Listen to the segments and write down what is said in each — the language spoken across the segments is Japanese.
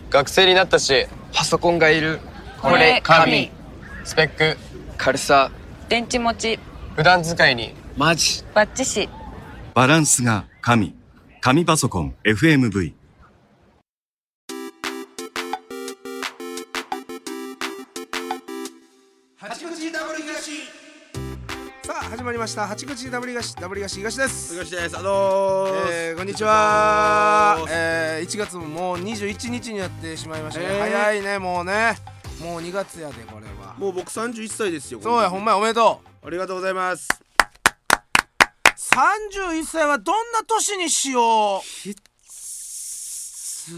学生になったし、 パソコンがいる。 これ神。 スペック、 軽さ、 電池持ち。 普段使いにマジ。 バッチシ。 バランスが神。神パソコン FMV。 八口ダブル東。さあ始まりました八口ダブル東東です。 東です。 こんにちは。1月ももう21日になってしまいましたね。早いね、もうね。もう2月やで、これは。 もう僕31歳ですよ。 そうや、ほんまや、おめでとう。 ありがとうございます。 31歳はどんな年にしよう。 きつ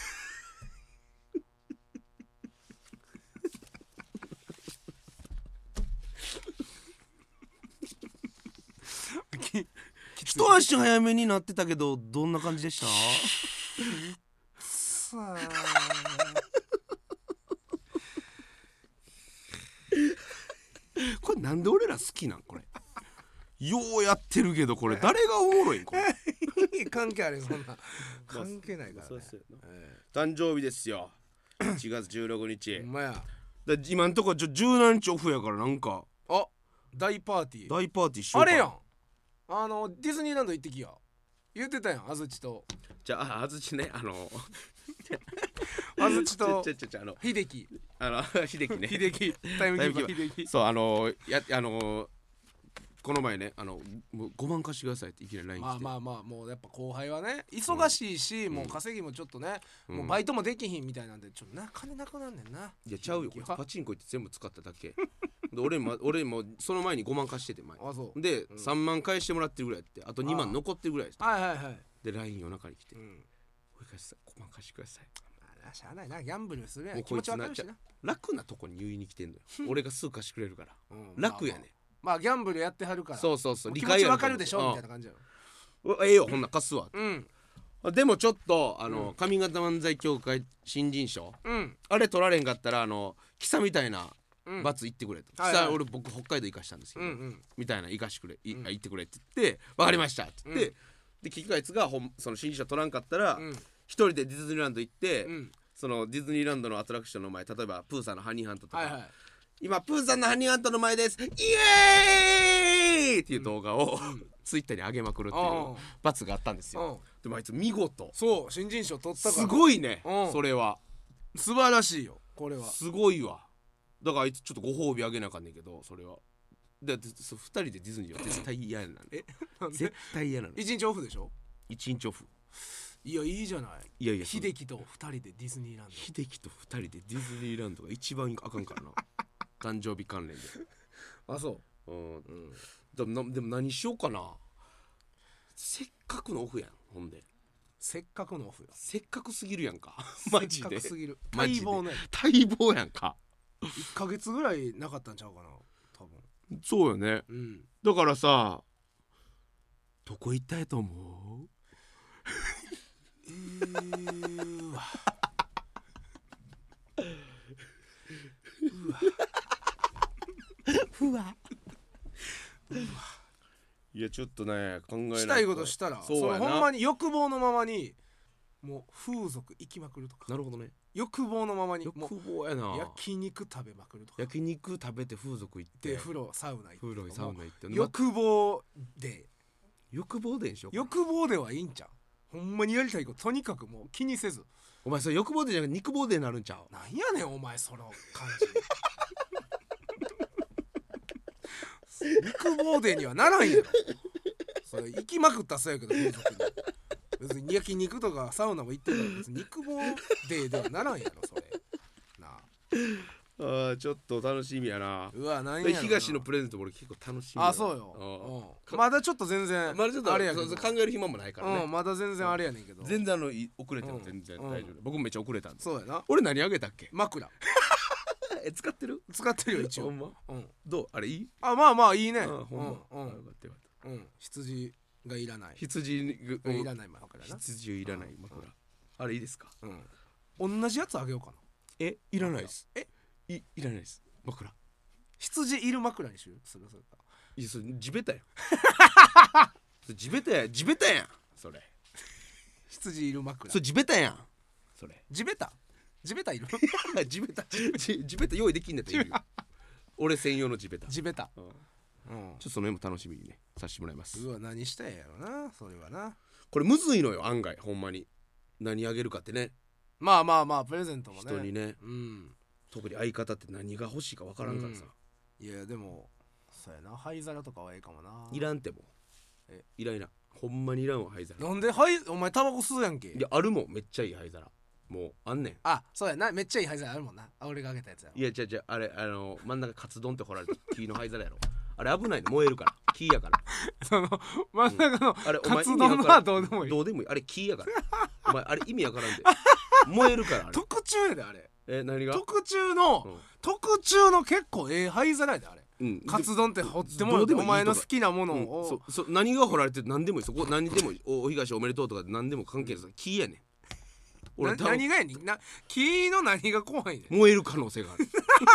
一足早めになってたけど、どんな感じでした？ さあこれなんで俺ら好きなん？これようやってるけど、これ誰がおもろいん？これ関係あるよ、そんな関係ないからね。 誕生日ですよ。1月16日。 ほんまや。 だ今んとこ17日オフやから、なんかあ、大パーティー。 大パーティーしようか。 あれやん、ディズニーランド行ってきや言ってたやん、あずちと。 じゃあ、あずちね、 あずちと秀樹秀樹ね。 秀樹タイムキーパー秀樹。 そうこの前ね、もう5万貸してくださいっていきなり LINE 来て。 まあもうやっぱ後輩はね忙しいし、もう稼ぎもちょっとね、もうバイトもできひんみたいなんで、ちょっと金なくなんねんな。 いやちゃうよ、こいつパチンコ行って全部使っただけで、俺もその前に5万貸してて前。 あ、そうで、3万返してもらってるぐらいやって、あと2万残ってるぐらいです。 はいはいはい。 で LINE 夜中に来て、おい貸し5万貸してください。 しゃあないな、ギャンブルするやん。 もう気持ちわかるしな。 楽なとこに言いに来てんのよ俺がすぐ貸してくれるから、楽やね。 まあギャンブルやってはるから、 そう気持ちわかるでしょみたいな感じやろ。 ええよ、ほんな貸すわ。でもちょっと上方漫才協会新人賞、あれ取られんかったらキサみたいな罰行ってくれと。キサ僕北海道行かしたんですけど、みたいな行かしてくれ、行ってくれって言って、分かりましたって言って、で聞くやつがその新人賞取らんかったら一人でディズニーランド行って、そのディズニーランドのアトラクションの前、例えばプーさんのハニーハントとか、今プーさんのハニーハントの前ですイエーイっていう動画をツイッターに上げまくるっていう罰があったんですよ。でもあいつ見事、 そう新人賞取ったからすごいね。それは素晴らしいよ、これはすごいわ。だからあいつちょっとご褒美あげなあかんねんけど、それはで2人でディズニーは絶対嫌なんで。絶対嫌なの。 1日オフでしょ。 1日オフ。 いや、いいじゃない。 いや秀樹と2人でディズニーランド。 秀樹と2人でディズニーランドが一番あかんからな誕生日関連で。 あ、そう。 でも何しようかな。せっかくのオフやん。ほんでせっかくのオフよ。 せっかくすぎるやんかマジで。 せっかくすぎる。待望ね。 待望やんか。 1ヶ月ぐらいなかったんちゃうかな、多分。 そうよね。だからさ、どこ行ったやと思う？いやちょっとね、考えないと。 したいことしたら、それほんまに欲望のままにもう風俗行きまくるとか。 なるほどね。 欲望のままに、 欲望やな。 焼肉食べまくるとか。 焼肉食べて風俗行って風呂サウナ行って、 欲望でんしょ。 欲望ではいいんちゃう。ほんまにやりたいこととにかくもう気にせず。 お前それ欲望でじゃなくて肉望でなるんちゃう。 なんやねんお前その感じ肉ボーデーにはならんやろ。それ行きまくったらそうやけど、風俗に別に焼肉とかサウナも行ってるから別に肉ボーデーではならんやろそれな。 ちょっと楽しみやな。 うわ、なんやろな。 東のプレゼント俺結構楽しみ。 あ、そうよ。まだちょっと全然まだちょっとあれやけど、 考える暇もないからね。 まだ全然あれやねんけど。 全然遅れても全然大丈夫。僕もめっちゃ遅れたんで。 そうやな。 俺何あげたっけ？ 枕。 使ってるよ一応。 どう？あれいい？ あ、まあいいね。羊がいらない。 羊がいらない枕な。 羊いらない枕。あれいいですか？ 同じやつあげようかな。 いらないです。いらないです。枕。 羊いる枕にするか。 いや、それ地べたやん地べたやんそれ。 羊いる枕。 それ地べたやんそれ。 地べた？ 地べたいる地べた用意できんねんって言うよ俺専用の地べた。 地べた、 ちょっとその辺も楽しみにねさせてもらいます。 うわ何したんやろなそれはな。 これむずいのよ案外ほんまに。何あげるかってね。 まあプレゼントもね人にね、 うん特に相方って何が欲しいか分からんからさ、 いやでもそうやな灰皿とかはいいかもな。 いらんってもいらんほんまにいらんわ灰皿。 なんでお前タバコ吸うやんけ。 いやあるもんめっちゃいい灰皿もうあんねん。 あそうやなめっちゃいい灰皿あるもんな。俺があげたやつやろ。 いやじゃあれ真ん中カツ丼って掘られた木の灰皿やろあれ危ないの燃えるから木やからその真ん中のあれお前カツ丼のはどうでもいい。 どうでもいいあれ木やからお前あれ意味わからんで燃えるからあれ特注やであれ。 何が特注の結構灰皿やであれ。カツ丼って掘ってもらってお前の好きなものを、 何が掘られて何でもいい。そこ何でもいい。お東おめでとうとか何でも関係ない。木やねん。俺何がやねんな。木の何が怖いねん。 燃える可能性がある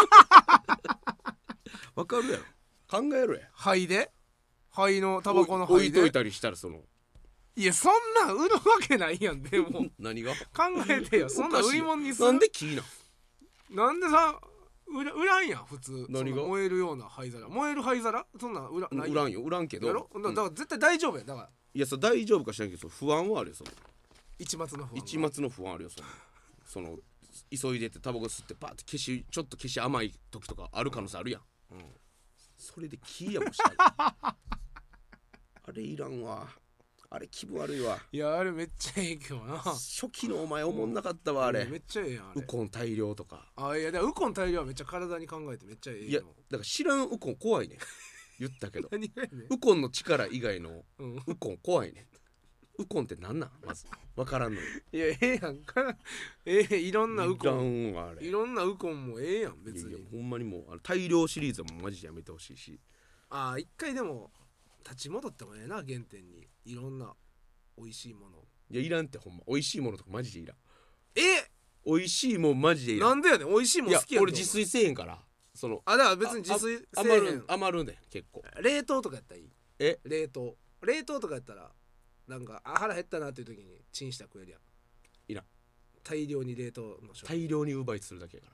わかるやろ考えろや。 灰のタバコの灰で置いといたりしたらそのいやそんなん売るわけないやん。でも何が考えてよそんな売り物にする。 なんで木なんでさ売らんやん普通。 何が燃えるような灰皿燃える灰皿そんなん売らない。 売らんよ売らんけどやろだから絶対大丈夫や。だからいや大丈夫か知らんけど不安はあるよ。その一末の不安。 一末の不安あるよ。その急いでてタバコ吸ってパーってちょっと消し甘い時とかある可能性あるやん。それで木やもしたらあれいらんわ。あれ気分悪いわ。 いやあれめっちゃええけどな。 初期のお前おもんなかったわあれ。 めっちゃええやんあれ。 ウコン大量とか。 いやウコン大量はめっちゃ体に考えてめっちゃええよ。 いやだから知らんウコン怖いねん言ったけど何がやねん。 ウコンの力以外のウコン怖いねん。ウコンってなんなんまず分からんのに。 いやええやんかいろんなウコンいろんなウコンもええやん別に。 いやほんまにもう大量シリーズはもうマジでやめてほしいし。 一回でも立ち戻ってもええな原点に。いろんな美味しいもの。 いやいらんってほんま美味しいものとかマジでいらん。 美味しいもんマジでいらん。 なんでやねん。美味しいもん好きやん。 俺自炊せえへんからそのだから別に自炊せえへん。 余るねん結構。 冷凍とかやったらいい。 冷凍とかやったらなんか腹減ったなっていう時にチンしたら食えるやん。 いらん。 大量に冷凍の食大量に奪いするだけやから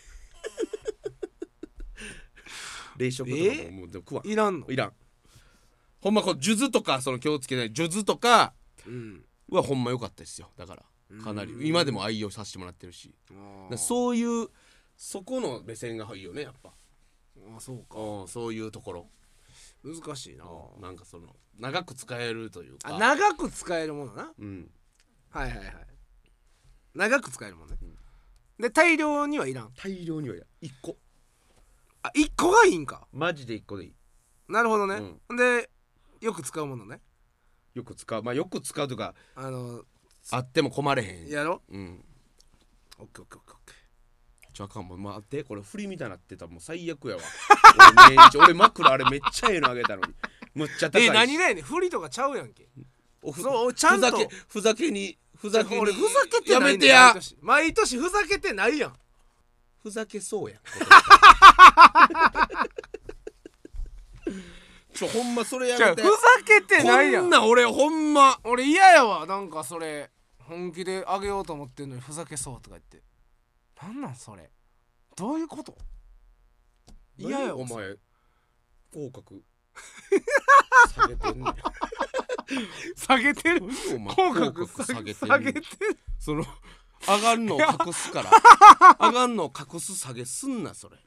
冷食とかもうでも食わん。 いらんの。 いらん。ほんまこう数珠とかその気をつけない数珠とかはほんま良かったですよ。だからかなり今でも愛用させてもらってるし、そういうそこの目線がいいよねやっぱ。 そうか。 そういうところ難しいな。 なんかその長く使えるというか。 長く使えるものな。はい長く使えるもんね。で大量にはいらん。 大量にはいらん。1個。 1個がいいんか。 マジで1個でいい。 なるほどね。でよく使うものね。 よく使うよく使うとかあっても困れへん。 やろ。 オッケーオッケーオッケー。あかんもん待ってこれ振りみたいになってたらもう最悪やわ俺枕あれめっちゃええのあげたのにむっちゃ高いし。 何がやねん。振りとかちゃうやんけ。 そうちゃんとふざけ俺ふざけてやないんだよ。 めてや毎年ふざけてないやん。 ふざけそうやんほんまそれやめて。 ふざけてないやん。 こんな俺ほんま俺嫌やわ。なんかそれ本気であげようと思ってんのにふざけそうとか言って。なんそれ。どういうこと。嫌やわお前口角下げてんねん下げてる。 口角下げてる。その上がんのを隠すから上がんのを隠す下げすんなそれ。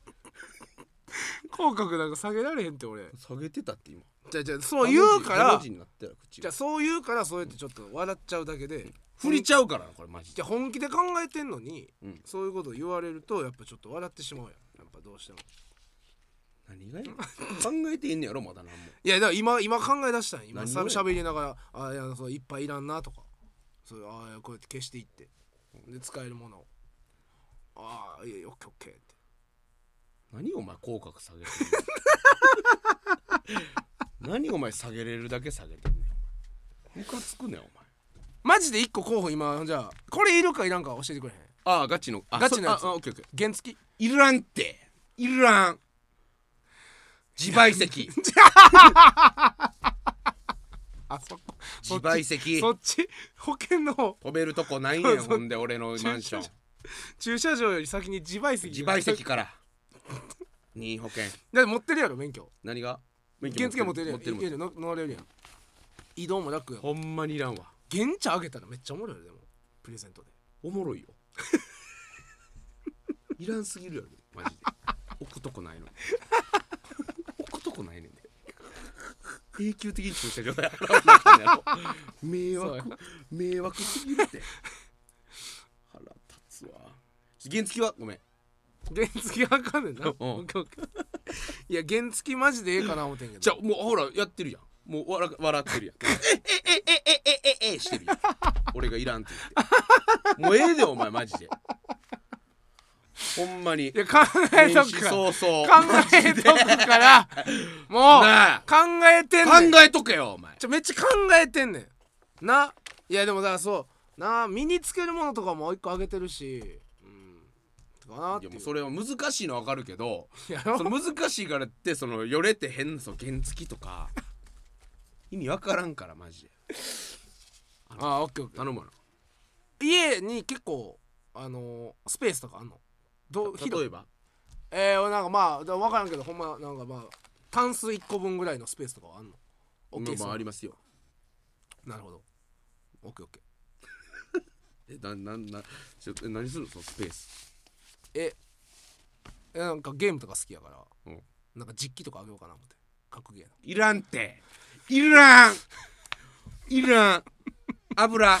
口角なんか下げられへんって俺。 下げてたって今。 じゃそう言うからじゃあそう言うからそうやってちょっと笑っちゃうだけで振りちゃうからこれマジで。 じゃあ本気で考えてんのに、そういうこと言われるとやっぱちょっと笑ってしまうやん。やっぱどうしても。 何がや考えてんねやろまだ何も。 いやだから今考え出したん。今喋りながらいやそういっぱいいらんなとかそうこうやって消していってで使えるものをいやオッケーオッケーって。 何お前口角下げてんの何お前下げれるだけ下げてんねん。ムカつくねんお前。 マジで1個候補今じゃあこれいるかいらんか教えてくれへん。 ガチのガチのやつ。 オッケーオッケー。 原付きいらんっていらん。自賠責自賠責そっち保険の方飛べるとこないねんほんで俺のマンション駐車場より先に自賠責。 自賠責から任意保険。 だって持ってるやろ免許。 何が原付持ってるやん。 持ってるいける乗れるやん。移動も楽やん。 ほんまにいらんわ。 原茶あげたらめっちゃおもろいよ。でもプレゼントでおもろいよいらんすぎるやろマジで。置くとこないのに置くとこないねんで。永久的に駐車場で払わなあかんやろ。迷惑すぎるって腹立つわ。原付はごめん。 原付あかんねんな。 うんオッケーオッケー。いや原付マジでええかな思ってんけど。 じゃあもうほらやってるやん。もう笑ってるやん。してるやん。俺がいらんって言って。もうええでお前マジで。ほんまに。 いや考えとくから。 そうそう。 考えとくからもうなあ考えてんねん。 考えとけよお前。 めっちゃ考えてんねんな。いやでもだからそうな、身につけるものとかも一個あげてるし、かなっていう。 いやもうそれは難しいのは分かるけど、 やろその難しいからってそのよれて変な原付とか意味分からんからマジで。 あ、オッケーオッケー。 頼むわな。 家に結構スペースとかあんの？ 例えばなんかまあ分からんけど、ほんまなんかまあタンス1個分ぐらいのスペースとかはあんの？オッケー。 まあありますよ。 なるほど。オッケーオッケ何するのそのスペース。 なんかゲームとか好きやから、 うん、 なんか実機とかあげようかな思って。格ゲーの。 いらんっていらん油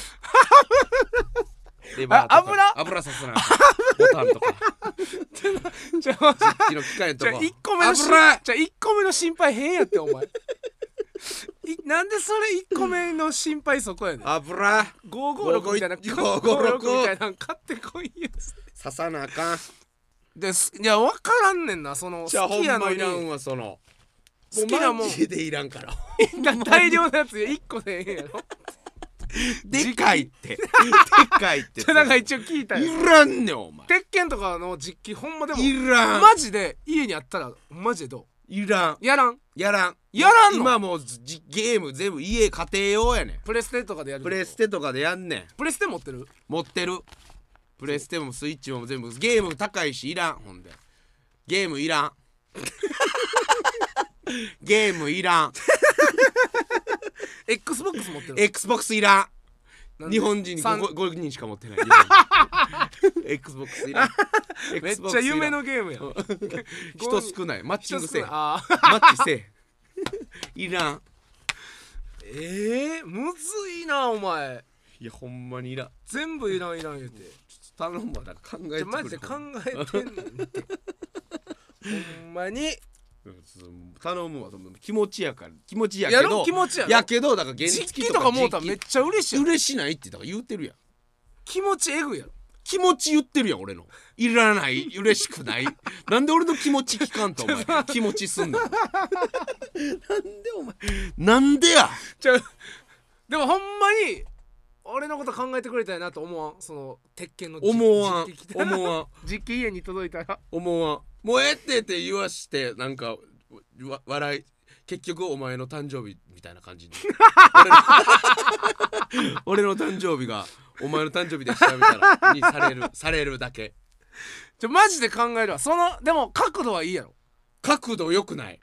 レバーとか油さすなボタンとかじゃあ実機の機械とか 1個目の油じゃあ1個目の心配変やってお前なんでそれ1個目の心配そこやねん。 油 556みたいな 556 みたいなの買ってこいや刺さなあかん。 いや分からんねんな、そのじゃあ好きやのにほんまいらんわその好きなもんマジでいらんから大量のやつ1個でええんやろ。 でかいってじゃあなんか一応聞いたよ。 いらんねんお前。 鉄拳とかの実機ほんまでもいらんマジで家にあったらマジでどう？ いらんやらんの？ 今もうゲーム全部家家庭用やねん。 プレステとかでやる。 プレステとかでやんねん。 プレステ持ってる？ 持ってる。プレステもスイッチも全部ゲーム高いしいらん。ほんでゲームいらんゲームいらん Xbox 持ってる？ Xbox いらん。日本人に 5人しか持ってないXbox いらんめっちゃ夢のゲームや人少ない。マッチングせえ。 ママッチせえいらん。 むずいなお前。 いやほんまにいらん。 全部いらん言うて頼むわ。だから考えてくれ。 マジで考えてんねんってほんまに頼むわ。気持ちやから。気持ちやけやろど気持ちやろ。 やけどだから原実付機とかもうたらめっちゃ嬉しいやん。 嬉しないってだから言うてるやん。 気持ちえぐいやろ。 気持ち言ってるやん俺の。いらない嬉しくないなんで俺の気持ち聞かんとお前気持ちすんのなんでお前なんでや。 でもほんまに俺のこと考えてくれたやなと思わん？その鉄拳の思わん実機家に届いたら思わん。もうええって言わしてなんか笑い。結局お前の誕生日みたいな感じに俺の誕生日がお前の誕生日でしたみたいなにされるだけ。 マジで考えるわ。でも角度はいいやろ。 角度良くない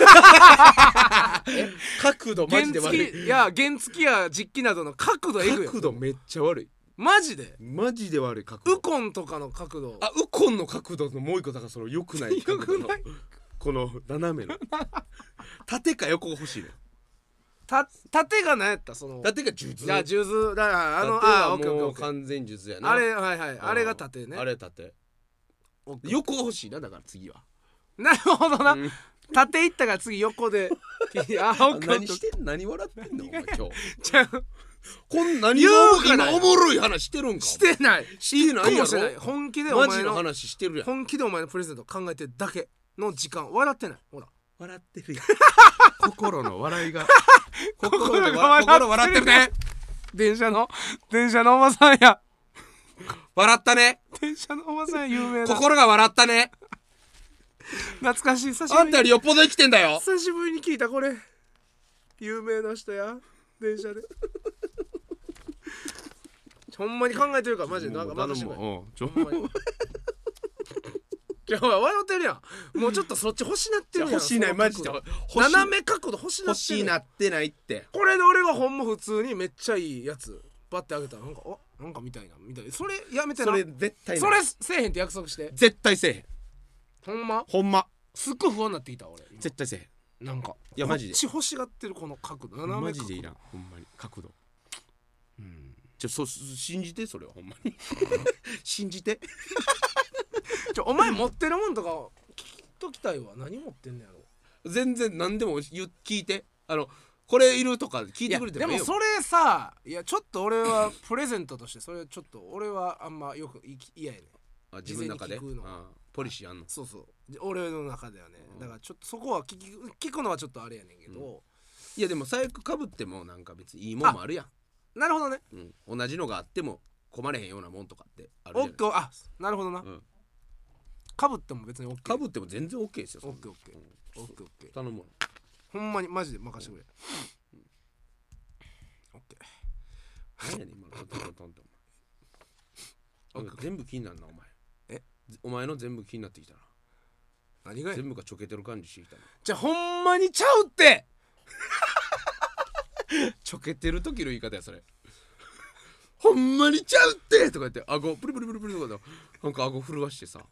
角度マジで悪い。 原付や実機などの角度えぐいよ。 角度めっちゃ悪い。 マジで悪い角度。 ウコンとかの角度。 ウコンの角度のもう一個だからその良くない角度のこの斜めの縦か横が欲しいの。 縦が何やった？ 縦が数珠。 いや数珠だから縦はもう完全数珠やな。 あれはいはいあれが縦ね。 あれ縦。横が欲しいな。だから次はなるほどな。縦いったから次横で何してん何笑ってんのお前今日じゃあこん何今おもろい話してるんか。 してないやろ。 本気でマジの話してるやん。 本気でお前のプレゼント考えてるだけの時間。笑ってない。ほら笑ってるやん心の笑いが心笑ってるね。 電車のおばさんや。 笑ったね。 電車のおばさん有名な。 心が笑ったね。 懐かしい。久しぶりあんたよりよっぽど生きてんだよ。 久しぶりに聞いたこれ。有名な人や電車でほんまに考えてるからマジでなんか任せてくれほんまにいや笑ってるやん。もうちょっとそっち欲しなってるやん。 欲しないマジで斜め角度欲しなってるやん。 欲しなってないって。 これで俺がほんま普通にめっちゃいいやつバッてあげたらなんかなんかみたいなそれやめてな。 それ絶対それせえへんって約束して。 絶対せえへん。 ほんまほんますっごい不安になってきた俺。 絶対せえへん。 なんかいやマジでこっち欲しがってるこの角度斜め角度マジでいらんほんまに角度。信じてそれはほんまに信じてお前持ってるもんとか聞いときたいわ。何持ってんのやろ。 全然何でも聞いてこれいるとか聞いてくれてもいいよ。 でもそれさいやちょっと俺はプレゼントとしてそれちょっと俺はあんまよく嫌やねん。 自分の中で事前に聞くのポリシーあんの。 そう俺の中ではね。だからちょっとそこは聞くのはちょっとあれやねんけど、 いやでも最悪かぶってもなんか別にいいもんもあるやん。 なるほどね。 同じのがあっても困れへんようなもんとかってあるじゃない。 あなるほどな。かぶっても別に OK。 かぶっても全然 OK ですよ。 OKOK 頼むわ。 ほんまにマジで任せてくれ。 何やねん今のトントントン全部気になるなお前。お前の全部気になってきたな。 何がや。 全部がちょけてる感じしてきたな。 じゃあほんまにちゃうってちょけてる時の言い方やそれ。ほんまにちゃうってとか言って顎プリプリプリプリとかでなんか顎震わしてさ。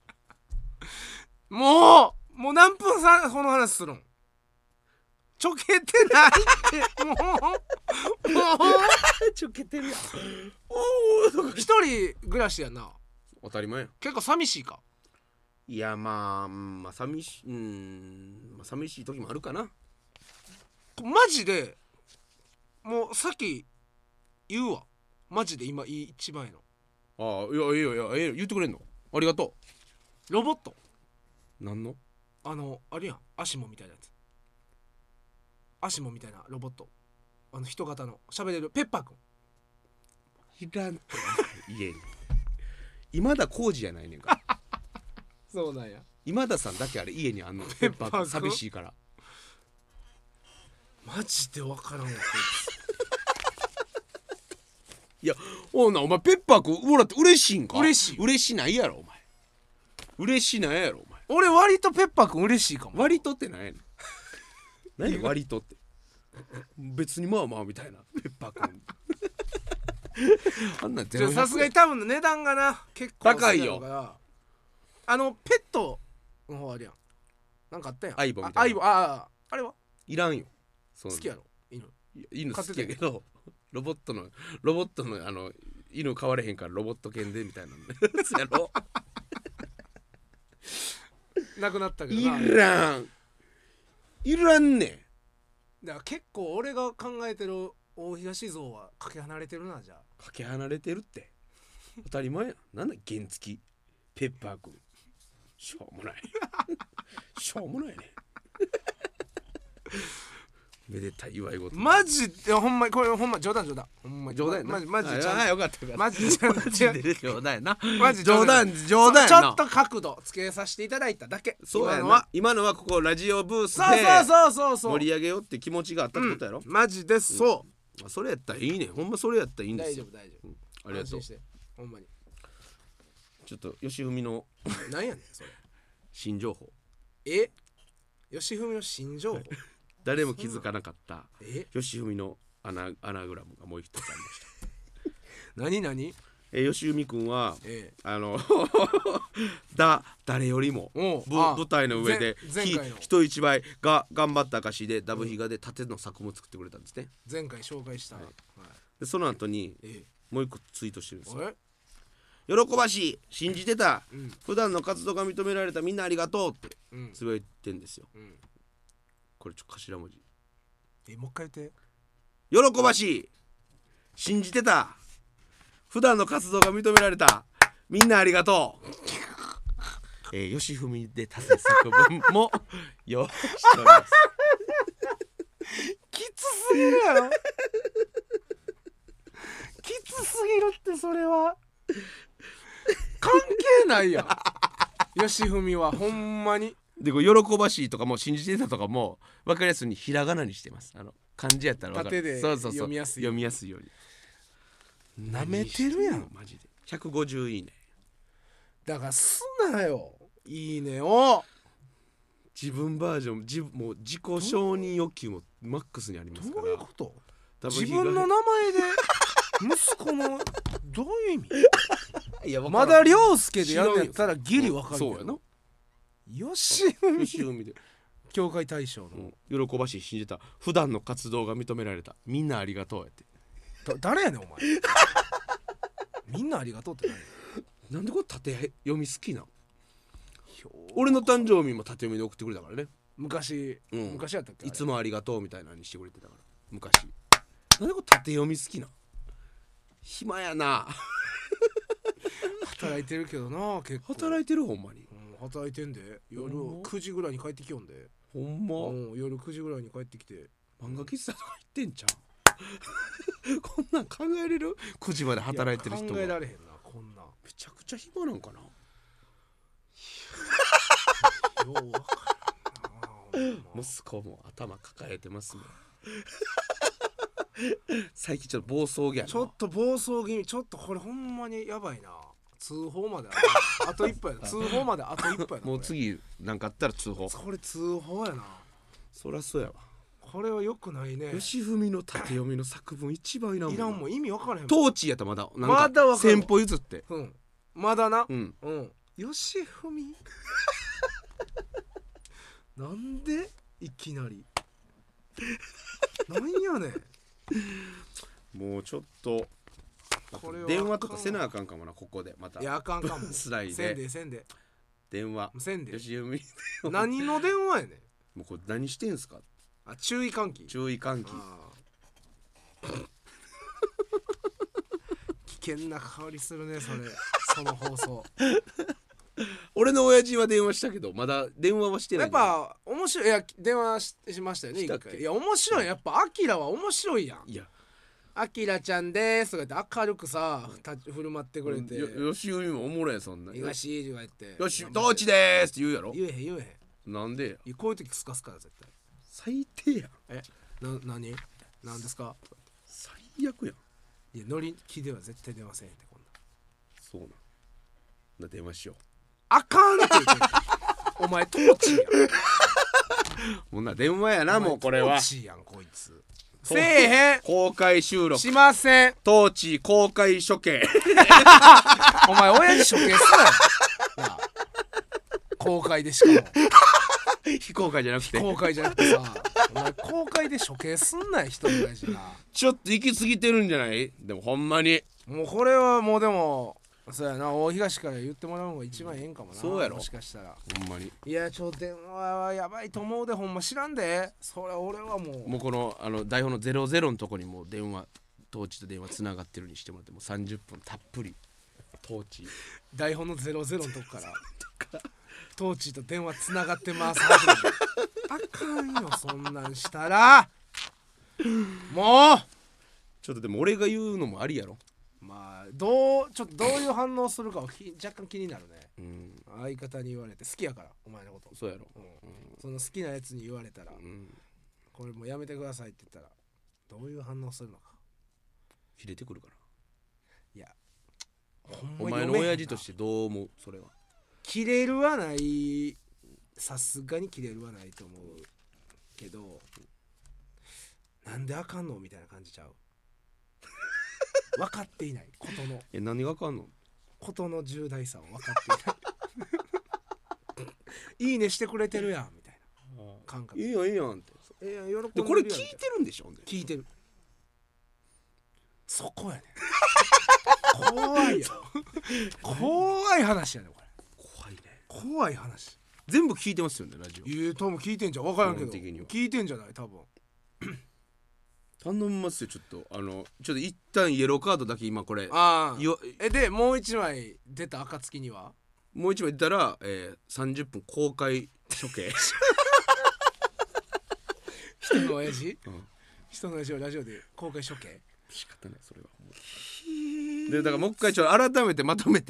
もう何分さこの話するん。ちょけてないってもうちょけてるやん。 一人暮らしやな。 当たり前やん。 結構寂しいか。 いやまあ寂しい時もあるかな。 マジでもうさっき言うわ。マジで今一番いいの。 いや言ってくれんのありがとロボット。 なんのあるやんアシモみたいなやつ。アシモみたいなロボット。人型の喋れるペッパーくん。 いらんって家に今田耕司じゃないねんからそうなんや。 今田さんだけあれ家にあんの。ペッパーくん寂しいから。 マジで分からんわ。 いやお前ペッパーくんもらって嬉しいんか。 嬉しい。 嬉しないやろお前。嬉しないやろお前。 俺割とペッパーくん嬉しいかも。 割とってなんやねん。何割とって別にまあみたいなペッパーくんあんなん全然さすがに多分値段がな結構高いよ。 ペットの方あるやん。なんかあったやん。 相棒みたいな。 あれはいらんよ。 好きやろ犬好きやけどロボットの犬飼われへんからロボット犬でみたいなやろなくなったけどな。 いらんねん。 だから結構俺が考えてる大東像はかけ離れてるな。じゃあかけ離れてるって当たり前やん。なんだ原付きペッパーくんしょうもないしょうもないねめでたい祝い事。 マジでほんまこれほんま冗談ほんま冗談やな。 マジでよかったマジで冗談やな。 マジ冗談やな。 ちょっと角度つけさせていただいただけ。 そうやな。今のはここラジオブースでそう盛り上げようって気持ちがあったってことやろ。 マジでそう。 それやったらいいね。ほんまそれやったらいいんですよ。 大丈夫ありがとう。 ほんまにちょっと吉文のなんやねんそれ。 新情報。 吉文の新情報。 誰も気づかなかった吉文のアナグラムがもう一つありました。 何吉文くんは誰よりも舞台の上で人一倍が頑張った証でダブヒガで盾の作も作ってくれたんですね。 前回紹介した。 でその後にもう一個ツイートしてるんですよ。 喜ばしい信じてた、普段の活動が認められたみんなありがとうってつぶやいてんですよ。これ頭文字もう一回言って。 喜ばしい信じてた普段の活動が認められたみんなありがとう吉文で達成作文も用意しておりますきつすぎるやろきつすぎるってそれは関係ないやん吉文はほんまに。 でこれ喜ばしいとかも信じてたとかも分かりやすいにひらがなにしてます。漢字やったら分かる。 縦で読みやすい読みやすいように。 なめてるやん。 マジで150いいね。 だからすなよいいねを。 自分バージョンもう自己承認欲求もマックスにありますどから。 ういうこと？ 多分自分の名前で息子のどういう意味？ いやまだ涼介でやるんやったらギリわかるけど。 そうやな。 吉文吉海で協会大賞の、 喜ばしい信じた普段の活動が認められたみんなありがとうやって。 誰やねんお前みんなありがとうってなんでこれ縦読み好きなん？俺の誕生日も縦読みで送ってくれたからね。 昔、昔やったっけ？ いつもありがとうみたいなのにしてくれてたから昔。なんでこれ縦読み好きなん？暇やな。 働いてるけどな結構。 働いてるほんまに。 働いてんで夜9時ぐらいに帰ってきよんで。 ほんま。 夜9時ぐらいに帰ってきて漫画喫茶とか行ってんじゃん。こんなん考えれる？9時まで働いてる人考えられへんなこんな。 めちゃくちゃ暇なんかな。 ようわからんな息子も頭抱えてますもん。最近ちょっと暴走気やな。 ちょっと暴走気味。ちょっとこれほんまにやばいな。通報まであと一歩やな。通報まであと一歩やな。 もう次なんかあったら通報。 これ通報やな。 そりゃそうやわ。 これは良くないね。 吉文の縦読みの作文一番いらんもん。 いらんもん意味分からへんもん。 トーチやったらまだなんまだか分かる先歩譲って。 まだな。 うん吉文なんでいきなりなんやねん。 もうちょっとこれは電話とかせなあかんかもな。ここでまたいやあかんかも。 スライせんででせんで電話せんで。 吉文何の電話やねん。 もうこれ何してんすか？ あ注意喚起。 注意喚起。 危険な香りするねそれ。その放送俺の親父は電話したけどまだ電話はしてない。 やっぱ面白い。いや電話 しましたよねしたっけ？ 一回。いや面白い。やっぱアキラは面白いやん。 いやアキラちゃんですとか言って明るくさ振る舞ってくれて、 吉文もおもろいやんそんな。 東とか言ってよしトーチでーすって言うやろ。 言えへん言えへん。 なんでいやこういう時スカスカだ絶対。 最低やん。 何ですか？ 最悪やん。 いや乗り気では絶対出ませんってこんな。 そうなんな。電話しよう。 あかんって言ってお前トーチやん。 もうな電話やな。もうこれはトーチやんこいつ。せえへん公開収録しません。 トーチ公開処刑。 お前親父処刑すなよなあ公開でしかも非公開じゃなくて公開じゃなくてさお前公開で処刑すんなよ人の大事な。 ちょっと行き過ぎてるんじゃない？でもほんまにもうこれはもうでもそうやな大東から言ってもらうのが一番ええんかもな。 そうやろもしかしたら。 ほんまに。 いや電話はやばいと思うでほんま知らんで。それ俺はもうもうこの台本の00のとこにもう電話トーチと電話つながってるにしてもらってもう30分たっぷりトーチ台本の00のとこからトーチと電話つながってますあかんよそんなんしたら。もうちょっとでも俺が言うのもありやろ。 まあちょっとどういう反応するかは若干気になるね。 うん相方に言われて好きやからお前のこと。 そうやろ。 その好きなやつに言われたら、 うんこれもうやめてくださいって言ったらどういう反応するのか。 切れてくるかいやな。お前の親父としてどう思う？それは切れるはない。さすがに切れるはないと思うけどなんであかんのみたいな感じちゃう。分かっていない何があかんの？ ことの重大さを分かっていないいいねしてくれてるやんみたいな感覚。 いいやんいいやんって。 喜んでるやんでこれ聞いてるんでしょ？ 聞いてる。そこやね怖いよ怖い話やねこれ。 怖いね。 怖い話。 全部聞いてますよねラジオ。 多分聞いてんじゃん。分からんけど基本的には聞いてんじゃない多分。 頼みますよちょっとちょっと一旦イエローカードだけ今これああでもう一枚出た暁にはもう一枚出たら、30分公開処刑人の親父、人の親父をラジオで公開処刑。 仕方ないそれはもうでだからもう一回改めてまとめて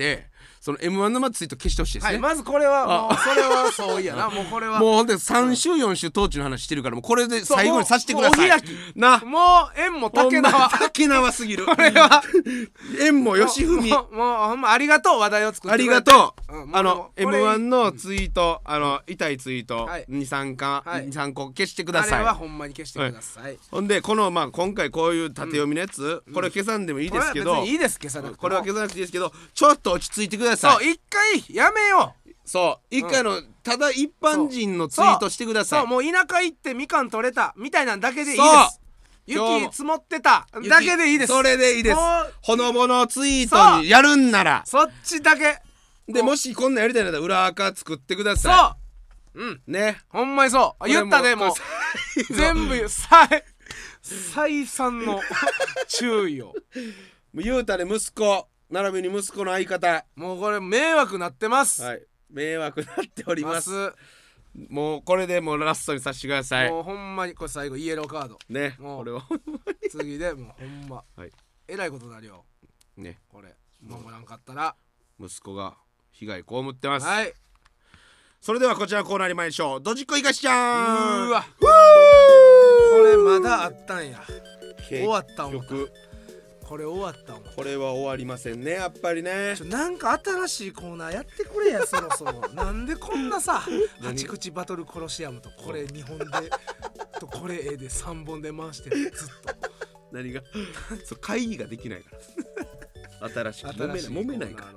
その M1 のツイート消してほしいですね、 はい、まずこれはもうそれはそういやなもうこれはもうほんで3週4週当地の話してるからもうこれで最後にさせてください。 もうお開きなもう縁も竹縄竹縄すぎる。 これは縁も吉文もうほんまありがとう話題を作ってありくれてがとう、 もうこれ M1 のツイート痛いツイート、 はい 23個、 はい 23個消してくだあさい。 れはほんまに消してください、 ほんでこの今回こういう縦読みのやつ、これ消さんでもいいですけど、 これは別にいいです消さなくてもこれは消さなくていいですけどちょっと落ち着いてください。 そう一回やめようそう一回ただ一般人のツイートしてください。 そうもう田舎行ってみかん取れたみたいなんだけでいいでそうす。 今日も雪積もってただけでいいです。 それでいいです。 もうほのぼのツイートにやるんならそっちだけでもしこんなんやりたいなら裏垢作ってくださそううんい。ねほんまにそうこれ言ったでもうこれ全部再三の注意をもう言うたら息子並びに息子の相方、 もうこれ迷惑なってます、 はい、迷惑なっております。 ももうこれでもうラストにさせてください。 うほんまにこれ最後イエローカードねもうこれは次でもうほんま、 はいえらいことになるよねこれ守らんかったら息子が被害被ってます。 はいそれではこちらのコーナーに参りましょう。ドジっ子いかしちゃん。 うーわこれまだあったんや終わった思った結局これ終わった思ったこれは終わりませんねやっぱりね。 なんか新しいコーナーやってくれやそろそろなんでこんなさ八口バトルコロシアムとこれ2本でとこれ絵で3本で回してるずっと何がそう会議ができないから新しく揉めないから。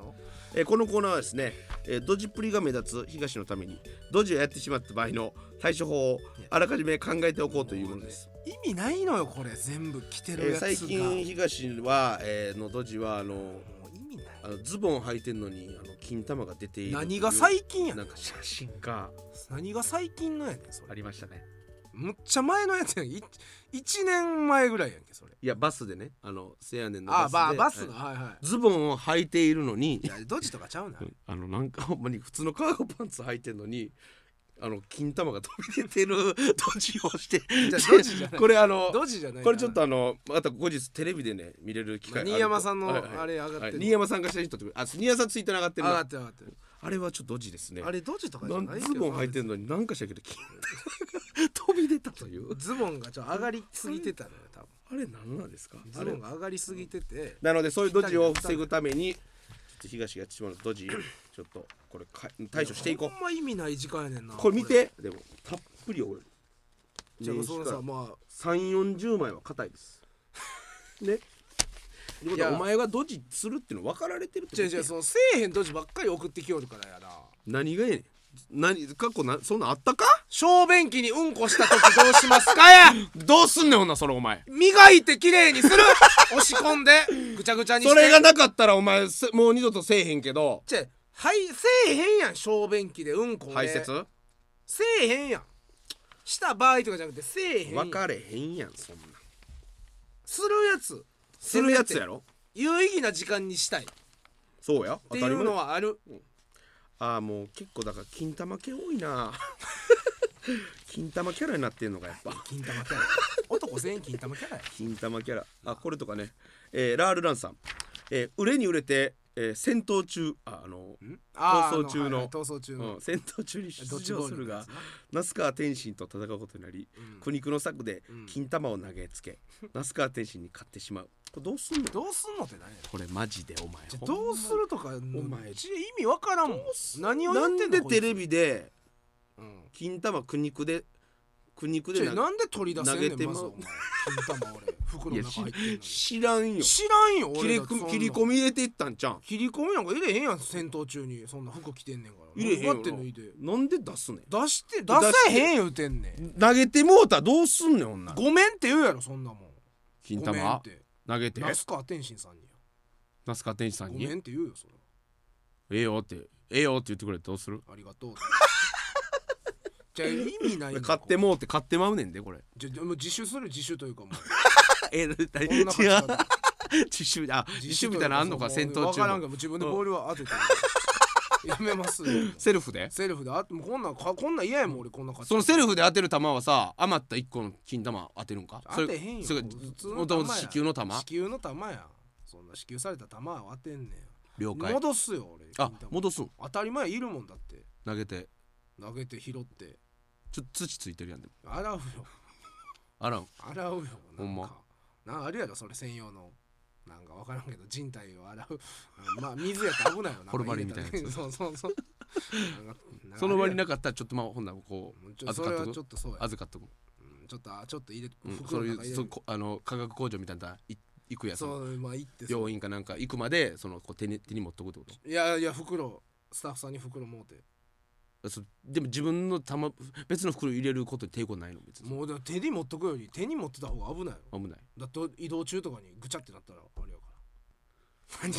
このコーナーはですね、ドジっぷりが目立つ東のためにドジをやってしまった場合の対処法をあらかじめ考えておこうというものです。 意味ないのよこれ全部着てるやつが、 最近東は、のドジは意味ないズボン履いてんのに金玉が出ている。 何が最近やねなんんか写真が何が最近のやねんそれありましたね。 むっちゃ前のやつやん1年前ぐらいやんけそれいやバスでねせやねんのあバスでバスのはいはいはいズボンを履いているのにいやドジとかちゃうななんかほんまに普通のカーゴパンツ履いてんのに金玉が飛び出てるドジをしてじゃドジじゃないこれドジじゃないこれちょっとまた後日テレビでね見れる機会あると新山さんのはいはいあれ上がってる新山さんが写真撮ってくれ新山さんツイッターに上がってる上ながってる上がってるあれはちょっとドジですね。 あれドジとかじゃないけどズボン履いてんのになんかしたけど金玉が飛び出たというズボンがちょっと上がりすぎてたのよ多分あれ何なんですか。 ズボンが上がりすぎててなのでそういうドジを防ぐためにちょっと東がやってしまうドジちょっとこれ対処していこう。 ほんま意味ない時間やねんなこれ見てでもたっぷり俺じゃあそのさまあ 3、40枚は硬いですね。ってことはお前がドジするっていうの分かられてるってことや。 違う違うそのせえへんドジばっかり送ってきよるからやな何がやねん。過去そんなんあったか。 小便器にうんこした時どうしますかやどうすんねんほんなそれお前。 磨いてきれいにする押し込んでぐちゃぐちゃにしてそれがなかったらお前もう二度とせえへんけど。 はいせえへんやん小便器でうんこね排泄せえへんやんした場合とかじゃなくてせえへんやん分かれへんやんそんなんするやつするやつやろ。 有意義な時間にしたいっそうやていうのはあるああもう結構だから金玉系多いな金玉キャラになってんのかやっぱ金玉キャラ男全員金玉キャラや金玉キャラこれとかねラールランさん売れに売れて戦闘中逃走中の逃走中の戦闘中に出場するが那須川天心と戦うことになり苦肉の策で金玉を投げつけ那須川天心に勝ってしまう。これどうすんのどうすんのって何やこれマジでお前どうするとかお前意味わからんもん何を言ってんのなんでテレビでうん金玉苦肉でなんで取り出せんね投げてまうんまずお前金玉俺袋の中入ってんのに知らんよ。 知らんよ切俺だってそんなり込み入れていったんちゃん。 切り込みなんか入れへんやん戦闘中にそんな服着てんねんから入れへんよ待って脱いでなんで出すねん。 出せへん言うてんねん投げてもうたらどうすんねん女。 ごめんって言うやろそんなもん金ごめん玉って投げて那須川天心さんにや那須川天心さんにごめんって言うよそれええよって言ってくれてどうする。 ありがとうじゃあ意味ないんだ買ってもうって買ってまうねんでこれ。 じゃあもう自首する自首というかもう違うこんな勝ち方自首みたいなのあんのか戦闘中の分からんけど自分でボールは当ててやめますよセルフで。 セルフでもうこんなん嫌やもん俺こんな勝ち方そのセルフで当てる球はさ余った1個の金玉当てるんか。 当てへんよそれ普通のもともと子宮の玉。 子宮の玉やそんな支給された玉は当てんねん了解。 戻すよ俺。 あ戻すん。 当たり前いるもんだって。 投げて投げて拾ってちょっと土ついてるやん。でも洗うよ。 洗う。 洗うよ。 ほんまなんかあるやろそれ専用の。なんか分からんけど人体を洗う。まあ水やったら危ないよな。 ホルマリンみたいなやつそうそうそう。 その場になかったらちょっとまあほんならこうそれは預かっとく。 ちょっとそうや。 預かっとく。 ちょっと入れそういう袋の中入れる。 化学工場みたいな行くやつ。 そうまあ行って病院かなんか行くまでそのこう手に持っとくってこと。 いや袋スタッフさんに袋持ってでも自分の別の袋入れることに抵抗ないの別に。 もうだから手に持っとくより手に持ってた方が危ないよ。 危ない。 だって移動中とかにぐちゃってなったらあれやから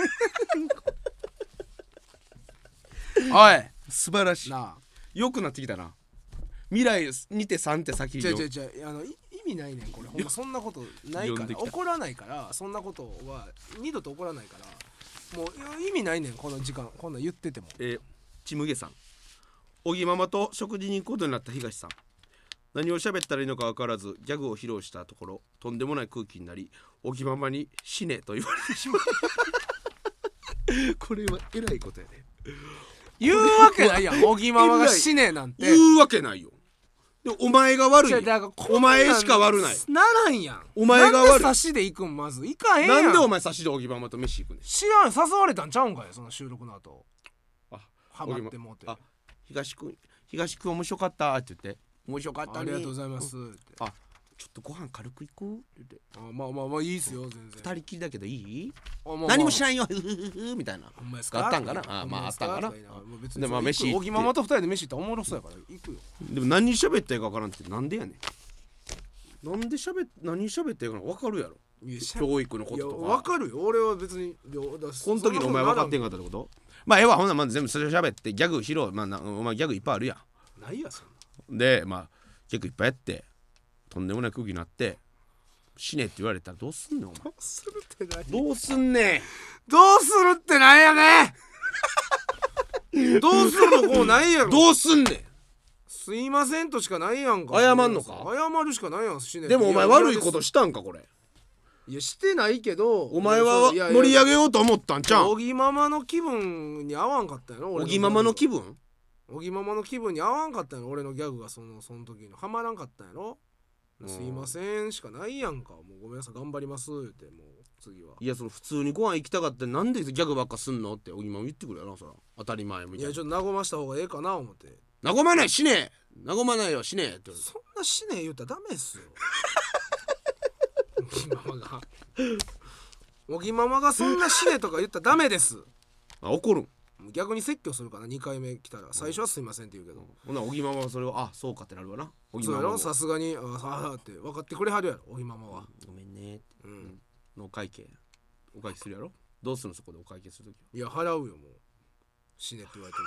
おい素晴らしい。 なあ良くなってきたな。未来2手3手先違う意味ないねんこれほんまそんなことないから怒らないからそんなことは二度と怒らないからもう意味ないねんこの時間こんなん言ってても。 ちむげさん。おぎママと食事に行くことになった東さん。何を喋ったらいいのか分からずギャグを披露したところとんでもない空気になりおぎママに死ねと言われてしまうこれはえらいことやね。 言うわけないやんおぎママが死ねなんて言うわけないよ。でお前が悪い。お前しか悪ない。 ならんやん。 お前が悪い。 なんで差しで行くんまず行かへんやん。 なんでお前差しでおぎママと飯行くんです。 知らん誘われたんちゃうんかいその収録の後。ハマってもうて。 東くん面白かったって言って面白かったねありがとうございますって。 ちょっとご飯軽く行くって言って。 まあいいっすよ全然。 二人きりだけどいい？ 何何もしないよみたいな。 ほんまですあか？ ったんかな。まああったんかな。 でまあ飯おぎママと二人で飯行ったらおもろそうやから行くよ。 でも何喋ったらいいか分からんってなんでやねん。何喋ったらいいか分かるやろ。教育のこととか。 分かるよ俺は別に。 この時のお前分かってんかったってこと？まあほんならまず全部それ喋ってギャグ披露。まあお前ギャグいっぱいあるやん。 ないやそんな。でまあギャグいっぱいやってとんでもない空気になって死ねって言われたらどうすんねんお前。 どうするって何？ どうすんねん。 どうするってなんやねんどうするのこうないやろ。 どうすんねん。 すいませんとしかないやんか。 謝んのか。 謝るしかないやん。死ね。 でもお前悪いことしたんかこれ。 いやしてないけどお前は盛り上げようと思ったんちゃうん。 おぎママの気分に合わんかったやろ。 おぎママの気分？ おぎママの気分に合わんかったやろ。俺のギャグがその時のハマらんかったんやろ。すいませんしかないやんか。もうごめんなさい頑張りますってもう次は。 いやその普通にご飯行きたかったらなんでギャグばっかすんのっておぎママ言ってくれよな。そら当たり前みたいな。 いやちょっと和ました方がええかな思って。 和まない死ね和まないよ死ねってそんな死ね言うたらダメっすよおぎママがおぎママがそんな死ねとか言ったらダメです。 怒るん。 逆に説教するかな。2回目来たら最初はすいませんって言うけど、 ほなおぎママはそれをそうかってなるわな。おぎママもそうやろさすがにって分かってくれはるやろおぎママは。 ごめんねってのお会計するやろ。どうするのそこでお会計するとき。 いや払うよもう死ねって言われて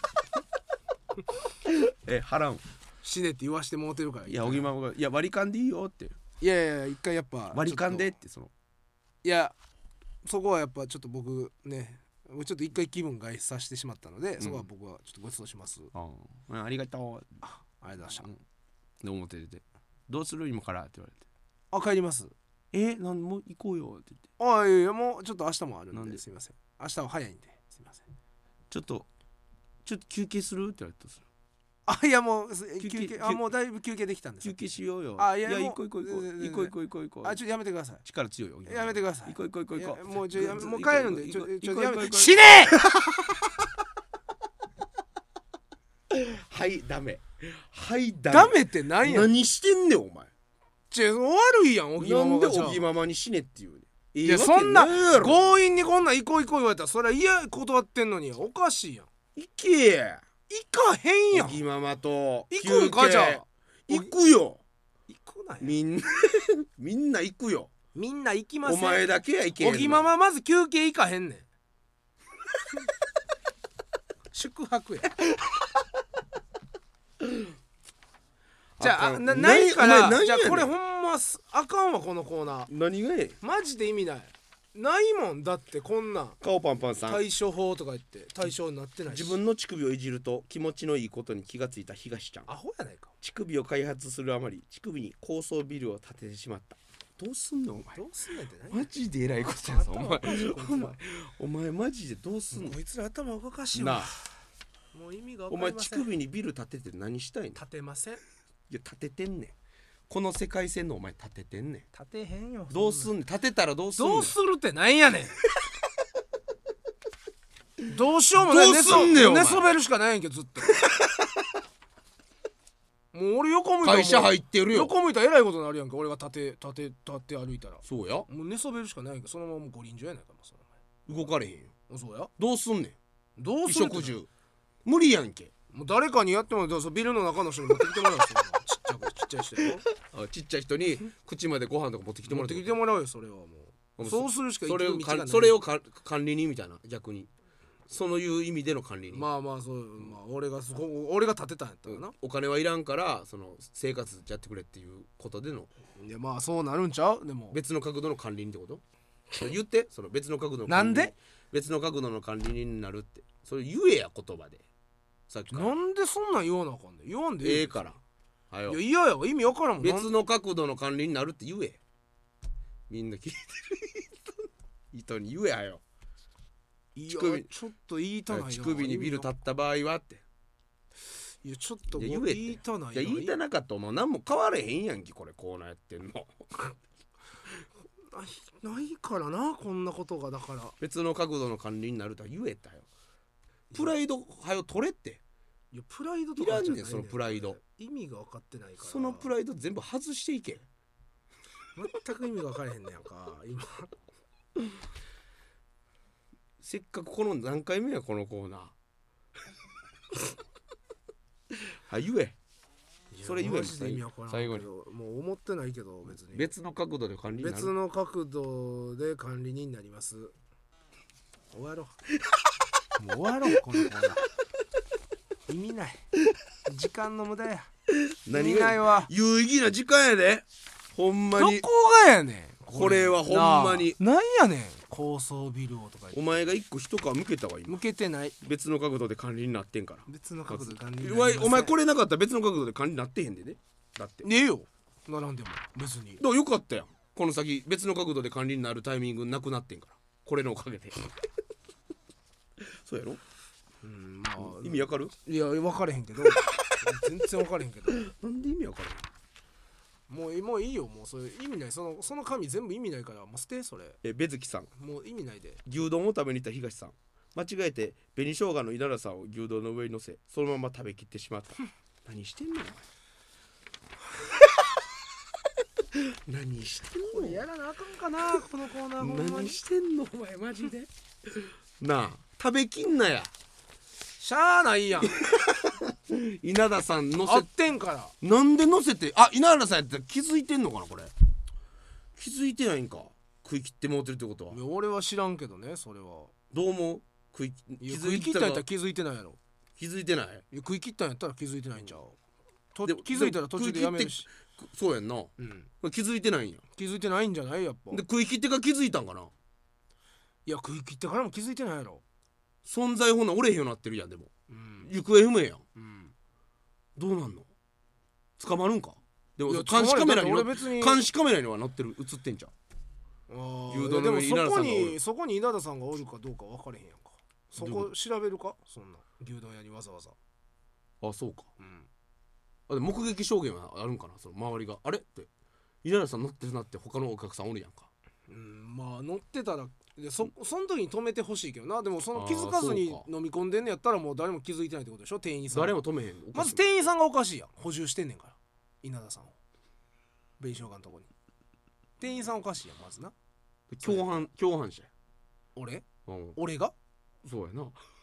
るし払うん死ねって言わしてもうてるから。 いやおぎママがいや割り勘でいいよって。 いや一回やっぱ割り勘でってそのいやそこはやっぱちょっと僕ねちょっと一回気分害さしてしまったので、そこは僕はちょっとごちそうします。 ありがとう。 ありがとうございました。 で表出てどうする今からって言われて帰ります。 もう行こうよって言っていやもうちょっと明日もあるんなんですいません。明日は早いんですいません。 ちょっと休憩するって言われた。 いやもう休憩もうだいぶ休憩できたんです。 休憩しようよ。 いや行こうちょっとやめてください。 力強いよ。 やめてください。 行こうもう帰るんでちょやめて。 死ねはいダメダメって何や。 何してんねんお前。 悪いやんおぎママが。 なんでおぎママに死ねって言うねん。 いやそんな強引にこんな行こう言われたらそれは嫌断ってんのにおかしいやん。 行け行かへんやん。 おぎママと行くんかじゃあ。 行くよ。 行くなよ。 みんな行くよ。 みんな行きません。 お前だけは行けへんの。 おぎママまず休憩行かへんねん宿泊やじゃあないからじゃあこれほんまあかんわこのコーナー。 何がマジで意味ないないもんだってこんなん顔パンパンさん対処法とか言って対処になってないし。 自分の乳首をいじると気持ちのいいことに気がついた東ちゃん。 アホやないか。 乳首を開発するあまり乳首に高層ビルを建ててしまった。 どうすんのお前どうすんねんって何マジで偉いことやぞ頭おかしいこいつらお前マジでどうすんのこいつら頭おかしいなわあもう意味がお前乳分かりません首にビル立てて何したいのい立てませんや立ててんねんこの世界線のお前立ててんねん立てへんよどうすんねん立てたらどうすんねんどうするってなんやねんどうしようもないどうすんねんお前寝そべるしかないんけどずっともう俺横向いたら会社入ってるよ横向いたらえらいことになるやんか俺が立て歩いたらそうやもう寝そべるしかないんけどそのままもう五輪場やないかもその動かれへんよ前そうやどうすんねんどうするって衣食住無理やんけもう誰かにやってもらうビルの中の人に持ってきてもらうよそれはちっちゃい人よあちっちゃい人に口までご飯とか持ってきてもらって持ってきてもらうよそれはもうそうするしかそれを生きる道がないそれを管理人みたいな逆にそういう意味での管理人まあまあそうまあ俺が立てたんやったらなお金はいらんからその生活やってくれっていうことでのいやまあそうなるんちゃうでも別の角度の管理人ってこと言ってその別の角度のなんで別の角度の管理人になるってそれ言えや言葉でさっきからなんでそんなん言わなあかんねん言わんでいいからはよいや嫌やわ意味わからんもん別の角度の管理になるって言えみんな聞いてる人に言えはよいや乳首ちょっと言いたないな乳首にビル立った場合はっていやちょっといや言えって言いたないいや言いたなかったらもう何も変われへんやんけこれコーナーやってんのないからなこんなことがだから別の角度の管理になるとは言えたよプライドはよ取れっていやプライドといからじゃないんねんそのプライド意味が分かってないからそのプライド全部外していけ全く意味が分からへんねやんか今せっかくこの何回目やこのコーナーはい言えそれ言えマジで意味わからんけど最後にもう思ってないけど別に別の角度で管理になる別の角度で管理人になります終わろうもう終わろうこのコーナー意味ない時間の無駄や何意味ないがわ有意義な時間やでほんまにどこがやねんこれはほんまになんやねん高層ビルをとか言ってお前が一個一皮向けたわ今向けてない別の角度で管理になってんから別の角度で管理人になりませんお前これなかったら別の角度で管理になってへんでねだってねえよ並んでも別にだからよかったやんこの先別の角度で管理になるタイミングなくなってんからこれのおかげでそうやろうんまあ意味わかるいや分かれへんけど全然分かれへんけどなんで意味わからもういいよもうそれ意味ないその紙全部意味ないからもう捨てそれへんべずきさんもう意味ないで牛丼を食べに行った東さん間違えて紅生姜の稲田さんを牛丼の上に乗せそのまま食べきってしまった何してんのお前何してんのこれやらなあかんかなこのコーナーほんまに何してんのお前マジでなあ食べきんなやしゃあないやん稲田さん乗せあってんからなんで乗せて稲原さんやったら気づいてんのかなこれ気づいてないんか食い切ってもうてるってことはいや俺は知らんけどねそれはどう思う気いやづ食い切ったんやったら気気づいてないやろづいてないいや食い切ったんやったら気づいてないんちゃうでも気づいたら途中でやめるし、 そうやんなうん、 気づいてないんや気づいてないんじゃないやっぱで食い切ってから気づいたんかないや食い切ってからも気づいてないやろ存在ほな折れへんようになってるやんでもうん行方不明やんうんどうなんの捕まるんかでもいや監視カメラに俺別に監視カメラには載ってる映ってんじゃん牛丼の上に稲田さんがおるそこに稲田さんがおるかどうか分かれへんやんかそどういうここ調べるかそんな牛丼屋にわざわざあそうかうんあでも目撃証言はあるんかなその周りがあれって稲田さん乗ってるなって他のお客さんおるやんかうんまあ乗ってたらでその時に止めてほしいけどなでもその気づかずにあーそうか飲み込んでんのやったらもう誰も気づいてないってことでしょ店員さん誰も止めへんまず店員さんがおかしいやん補充してんねんから稲田さんを紅生姜のとこに店員さんおかしいやんまずな共犯者や俺うん俺がそうやな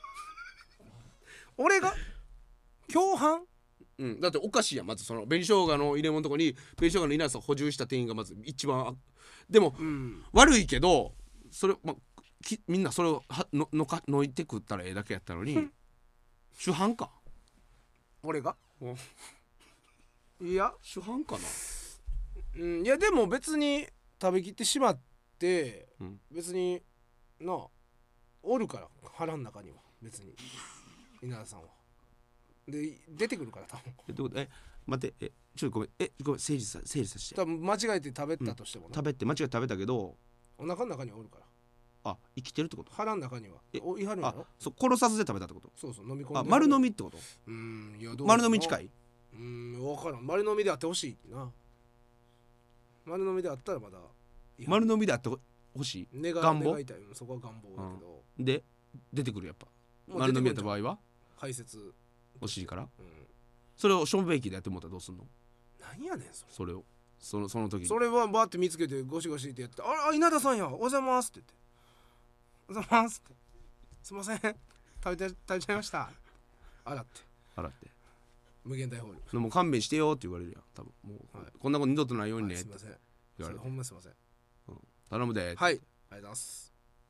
俺が共犯うんだっておかしいやんまずその紅生姜の入れ物のとこに紅生姜の稲田さんを補充した店員がまず一番でもうん悪いけどそれみんなそれをのいて食ったらええだけやったのに主犯か俺がうんいや主犯かなうんいやでも別に食べきってしまって、 うん別になあおるから腹の中には別に稲田さんはで出てくるから多分どういうこと待ってちょっとごめんごめん整理させて多分間違えて食べたとしてもね、 間違えて食べたけどお腹の中にはおるから生きてるってこと腹の中にはおいはるんやろ。 そう殺さずで食べたってこと。 そう飲み込んで丸飲みってこと。 いやどう丸飲み近い。 分からん。丸飲みであってほしいな。丸飲みであったらまだ丸飲みであってほしい。願望。 そこは願望だけど、 で出てくるやっぱ丸飲みやった場合は排泄お尻から、それをションベンキでやってもらったらどうすんの。 何やねんそれをその時にそれはバーって見つけてゴシゴシってやってあ稲田さんやおはようございますって言っておはようございますってすいません食べちゃいました洗って無限大ホールもう勘弁してよって言われるやん多分もう、こんなこと二度とないようにねってすいません言われる。 ほんますいません、 頼むで。 はいありがとうございます。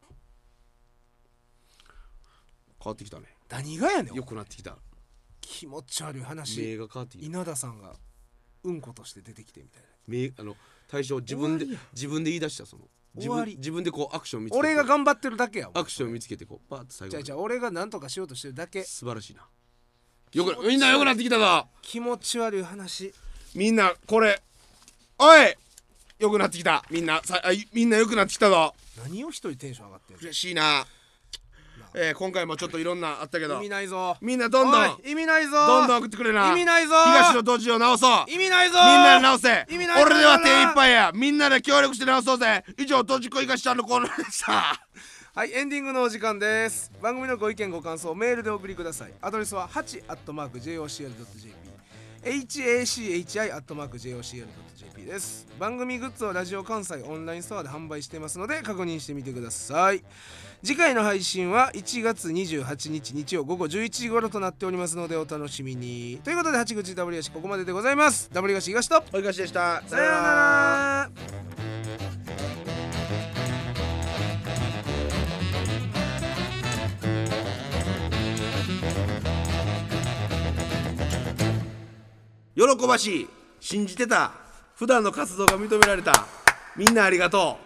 変わってきたね。 何がやねん。 よくなってきた。 気持ち悪い話。 目が変わってきた。 稲田さんがうんことして出てきてみたいな。対象自分で言い出したその自分でこうアクション見つけて。 俺が頑張ってるだけや。 アクション見つけてこうパーッと最後。 じゃあ俺が何とかしようとしてるだけ。 素晴らしいな。みんなよくなってきたぞ。 気持ち悪い話。 みんなこれおいよくなってきた。みんなよくなってきたぞ。 何を一人テンション上がってんの。 嬉しいな。今回もちょっといろんなあったけど意味ないぞ。 みんなどんどん意味ないぞ。 どんどん送ってくれな。 意味ないぞ。 東の土地を直そう。 意味ないぞ。 みんなで直せ。 意味ないぞ。 俺では手いっぱいや。みんなで協力して直そうぜ。以上土地子東ちゃんのコーナーでした。 はい、エンディングのお時間です。番組のご意見ご感想メールでお送りください。アドレスは8@jocr.jp hachi@jocr.jp です。番組グッズはラジオ関西オンラインストアで販売していますので確認してみてください。次回の配信は1月28日日曜午後11時頃となっておりますのでお楽しみに。ということで八口 W 東ここまででございます。 W 東東とお東でした。 さようなら。 喜ばしい。信じてた。普段の活動が認められた。みんなありがとう。